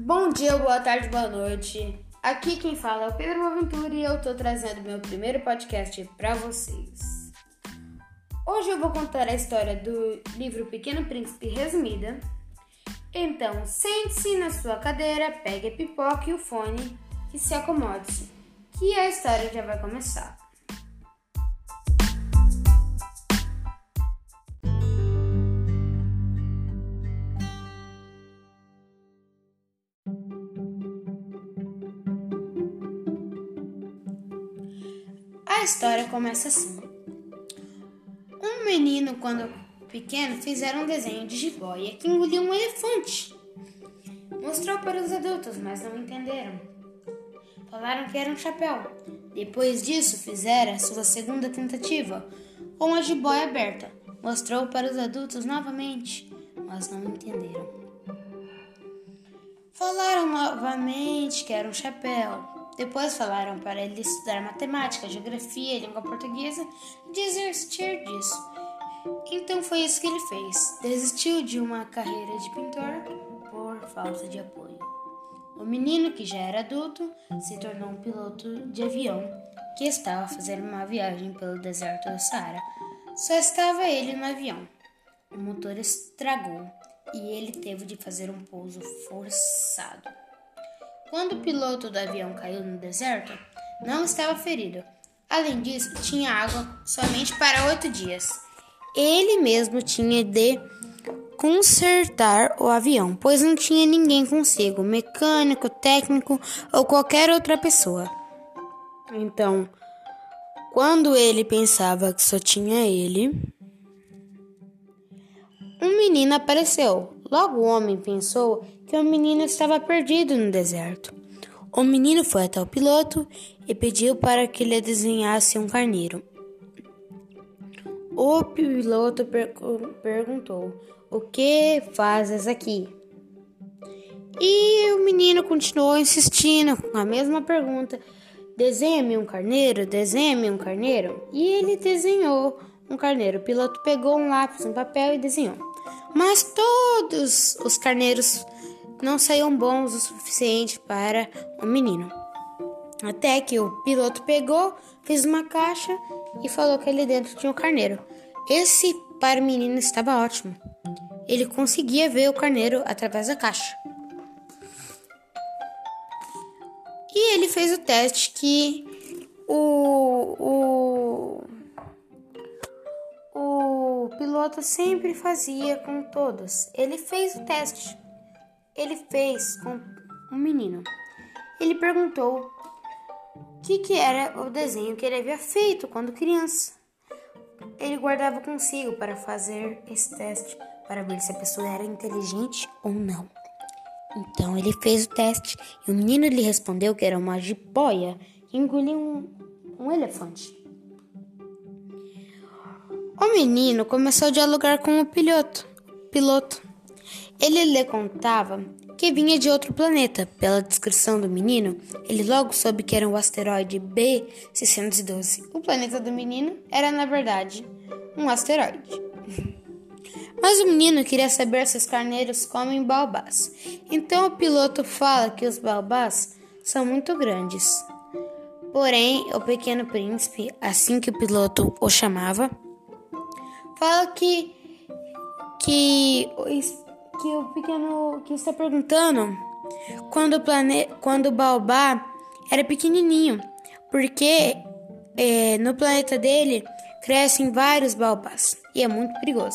Bom dia, boa tarde, boa noite. Aqui quem fala é o Pedro Boaventura e eu tô trazendo meu primeiro podcast para vocês. Hoje eu vou contar a história do livro Pequeno Príncipe resumida. Então, sente-se na sua cadeira, pegue a pipoca e o fone e se acomode-se, que a história já vai começar. A história começa assim. Um menino, quando pequeno, fizeram um desenho de jiboia que engoliu um elefante. Mostrou para os adultos, mas não entenderam. Falaram que era um chapéu. Depois disso, fizeram sua segunda tentativa, com a jiboia aberta. Mostrou para os adultos novamente, mas não entenderam. Falaram novamente que era um chapéu. Depois falaram para ele estudar matemática, geografia e língua portuguesa e desistir disso. Então foi isso que ele fez. Desistiu de uma carreira de pintor por falta de apoio. O menino, que já era adulto, se tornou um piloto de avião que estava fazendo uma viagem pelo deserto do Saara. Só estava ele no avião. O motor estragou e ele teve de fazer um pouso forçado. Quando o piloto do avião caiu no deserto, não estava ferido. Além disso, tinha água somente para 8 dias. Ele mesmo tinha de consertar o avião, pois não tinha ninguém consigo, mecânico, técnico ou qualquer outra pessoa. Então, quando ele pensava que só tinha ele, um menino apareceu. Logo o homem pensou que o menino estava perdido no deserto. O menino foi até o piloto e pediu para que ele desenhasse um carneiro. O piloto perguntou: "O que fazes aqui?" E o menino continuou insistindo com a mesma pergunta: "Desenha-me um carneiro, desenha-me um carneiro." E ele desenhou um carneiro. O piloto pegou um lápis, um papel e desenhou. Mas todos os carneiros não saíam bons o suficiente para o menino. Até que o piloto pegou, fez uma caixa e falou que ali dentro tinha um carneiro. Esse para o menino estava ótimo. Ele conseguia ver o carneiro através da caixa. E ele fez o teste que o piloto sempre fazia com todos. Ele fez o teste. Ele fez com um menino. Ele perguntou o que era o desenho que ele havia feito quando criança. Ele guardava consigo para fazer esse teste, para ver se a pessoa era inteligente ou não. Então ele fez o teste e o menino lhe respondeu que era uma jiboia que engoliu um elefante. O menino começou a dialogar com o piloto. Ele lhe contava que vinha de outro planeta. Pela descrição do menino, ele logo soube que era o asteroide B612. O planeta do menino era, na verdade, um asteroide. Mas o menino queria saber se os carneiros comem baobás. Então o piloto fala que os baobás são muito grandes. Porém, o pequeno príncipe, assim que o piloto o chamava, fala que o pequeno que está perguntando quando o baobá era pequenininho, porque no planeta dele crescem vários baobás e é muito perigoso.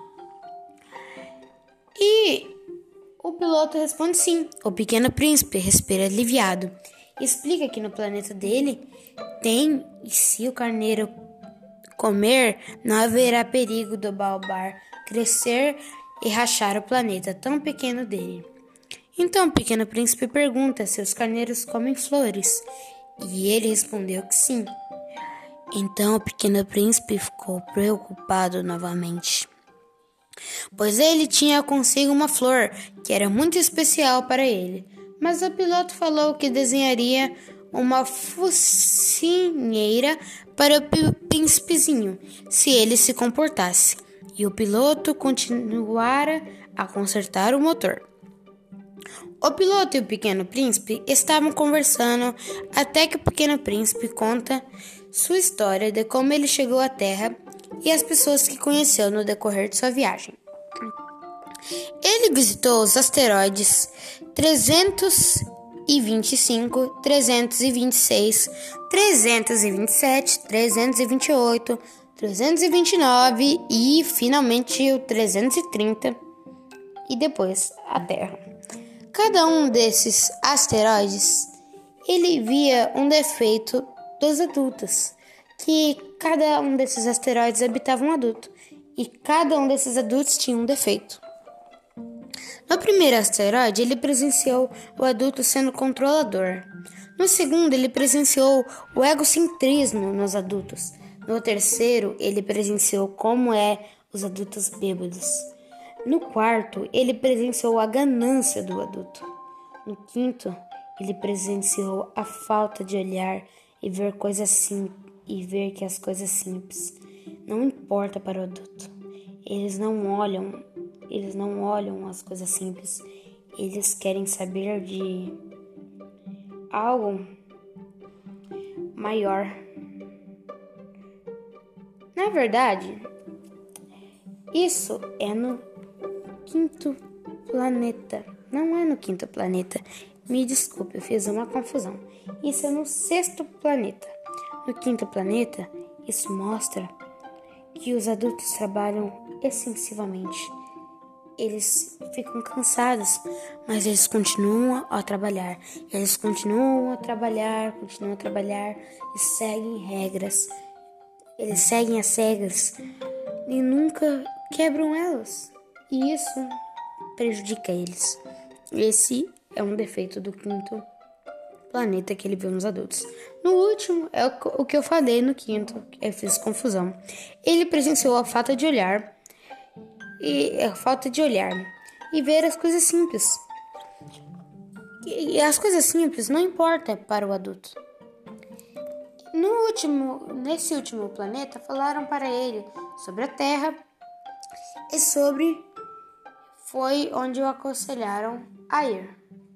E o piloto responde sim. O pequeno príncipe respira aliviado e explica que no planeta dele tem, e se o carneiro comer, não haverá perigo do baobá crescer e rachar o planeta tão pequeno dele. Então o pequeno príncipe pergunta se os carneiros comem flores, e ele respondeu que sim. Então o pequeno príncipe ficou preocupado novamente, pois ele tinha consigo uma flor que era muito especial para ele. Mas o piloto falou que desenharia uma focinheira para o príncipezinho, se ele se comportasse. E o piloto continuara a consertar o motor. O piloto e o pequeno príncipe estavam conversando até que o pequeno príncipe conta sua história de como ele chegou à Terra e as pessoas que conheceu no decorrer de sua viagem. Ele visitou os asteroides 325, 326, 327, 328, 329 e finalmente o 330 e depois a Terra. Cada um desses asteroides, ele via um defeito dos adultos, que cada um desses asteroides habitava um adulto, e cada um desses adultos tinha um defeito. No primeiro asteroide, ele presenciou o adulto sendo controlador. No segundo, ele presenciou o egocentrismo nos adultos. No terceiro, ele presenciou como os adultos bêbados. No quarto, ele presenciou a ganância do adulto. No quinto, ele presenciou a falta de olhar e ver que as coisas simples não importam para o adulto. Eles não olham as coisas simples. Eles querem saber de algo maior. Na verdade, isso é no quinto planeta. Não é no quinto planeta. Me desculpe, eu fiz uma confusão. Isso é no sexto planeta. No quinto planeta, isso mostra que os adultos trabalham extensivamente. Eles ficam cansados, mas eles continuam a trabalhar. Eles continuam a trabalhar e seguem regras. Eles seguem as regras e nunca quebram elas. E isso prejudica eles. Esse é um defeito do quinto planeta que ele viu nos adultos. No último, é o que eu falei no quinto, eu fiz confusão. Ele presenciou a falta de olhar e ver as coisas simples. E as coisas simples não importam para o adulto. Nesse último planeta, falaram para ele sobre a Terra e foi onde o aconselharam a ir.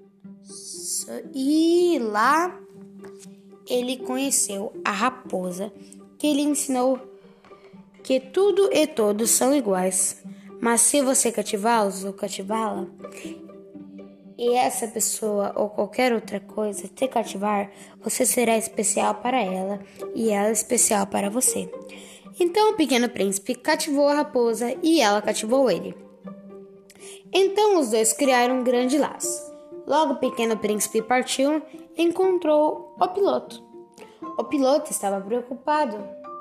E lá ele conheceu a raposa, que lhe ensinou que tudo e todos são iguais, mas se você cativá-los ou cativá-la, e essa pessoa ou qualquer outra coisa te cativar, você será especial para ela e ela especial para você. Então o pequeno príncipe cativou a raposa e ela cativou ele. Então os dois criaram um grande laço. Logo o pequeno príncipe partiu e encontrou o piloto. O piloto estava preocupado,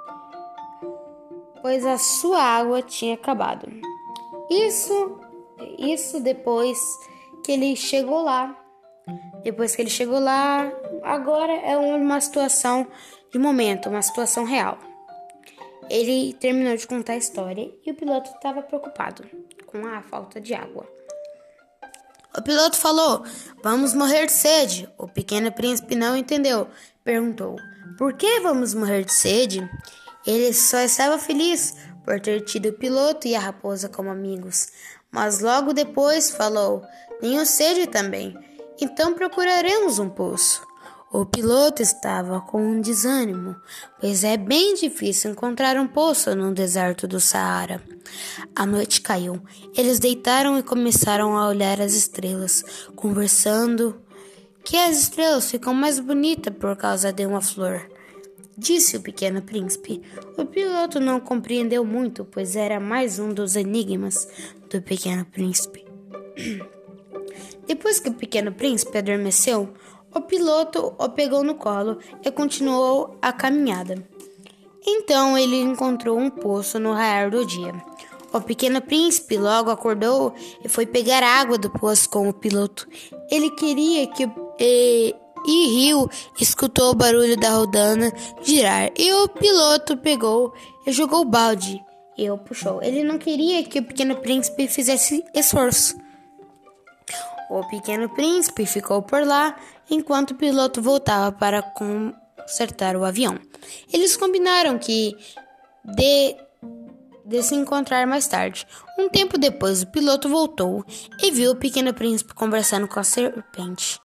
pois a sua água tinha acabado. Isso depois que ele chegou lá. Agora é uma situação de momento, uma situação real. Ele terminou de contar a história e o piloto estava preocupado com a falta de água. O piloto falou: "Vamos morrer de sede." O pequeno príncipe não entendeu. Perguntou: "Por que vamos morrer de sede?" Ele só estava feliz por ter tido o piloto e a raposa como amigos. Mas logo depois falou: "Tenho sede também, então procuraremos um poço." O piloto estava com um desânimo, pois é bem difícil encontrar um poço no deserto do Saara. A noite caiu. Eles deitaram e começaram a olhar as estrelas, conversando que as estrelas ficam mais bonitas por causa de uma flor, disse o pequeno príncipe. O piloto não compreendeu muito, pois era mais um dos enigmas do pequeno príncipe. Depois que o pequeno príncipe adormeceu, o piloto o pegou no colo e continuou a caminhada. Então ele encontrou um poço no raiar do dia. O pequeno príncipe logo acordou e foi pegar água do poço com o piloto. Ele queria e riu, escutou o barulho da rodana girar e o piloto pegou e jogou o balde e o puxou. Ele não queria que o pequeno príncipe fizesse esforço. O pequeno príncipe ficou por lá enquanto o piloto voltava para consertar o avião. Eles combinaram que de se encontrar mais tarde. Um tempo depois, o piloto voltou e viu o Pequeno Príncipe conversando com a serpente.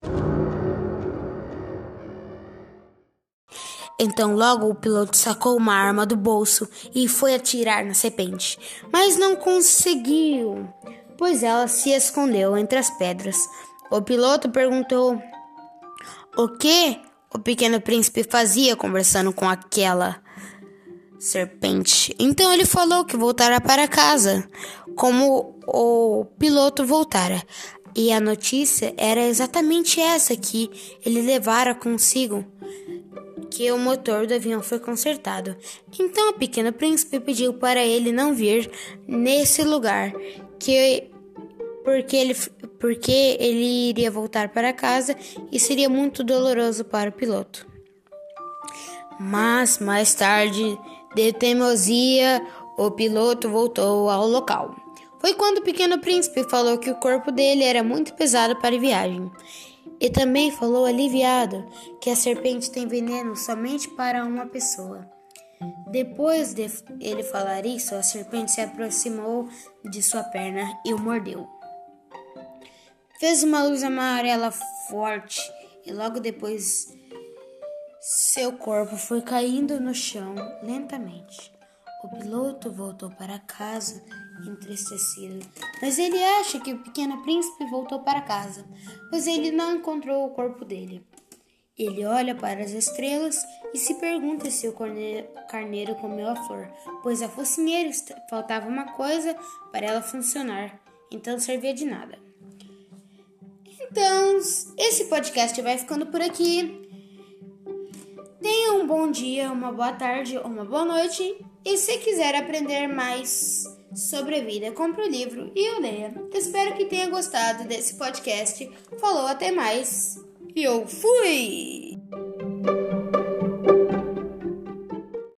Então logo o piloto sacou uma arma do bolso e foi atirar na serpente, mas não conseguiu, pois ela se escondeu entre as pedras. O piloto perguntou o que o Pequeno Príncipe fazia conversando com aquela serpente. Então ele falou que voltara para casa, como o piloto voltara. E a notícia era exatamente essa, que ele levara consigo, que o motor do avião foi consertado. Então o Pequeno Príncipe pediu para ele não vir nesse lugar, porque ele iria voltar para casa e seria muito doloroso para o piloto. Mas mais tarde, de teimosia, o piloto voltou ao local. Foi quando o Pequeno Príncipe falou que o corpo dele era muito pesado para a viagem. E também falou aliviado que a serpente tem veneno somente para uma pessoa. Depois de ele falar isso, a serpente se aproximou de sua perna e o mordeu. Fez uma luz amarela forte e logo depois seu corpo foi caindo no chão lentamente. O piloto voltou para casa entristecido, mas ele acha que o Pequeno Príncipe voltou para casa, pois ele não encontrou o corpo dele. Ele olha para as estrelas e se pergunta se o carneiro comeu a flor, pois a focinheira faltava uma coisa para ela funcionar, então servia de nada. Então, esse podcast vai ficando por aqui. Tenha um bom dia, uma boa tarde ou uma boa noite. E se quiser aprender mais sobre a vida, compre o livro e o leia. Espero que tenha gostado desse podcast. Falou, até mais. E eu fui!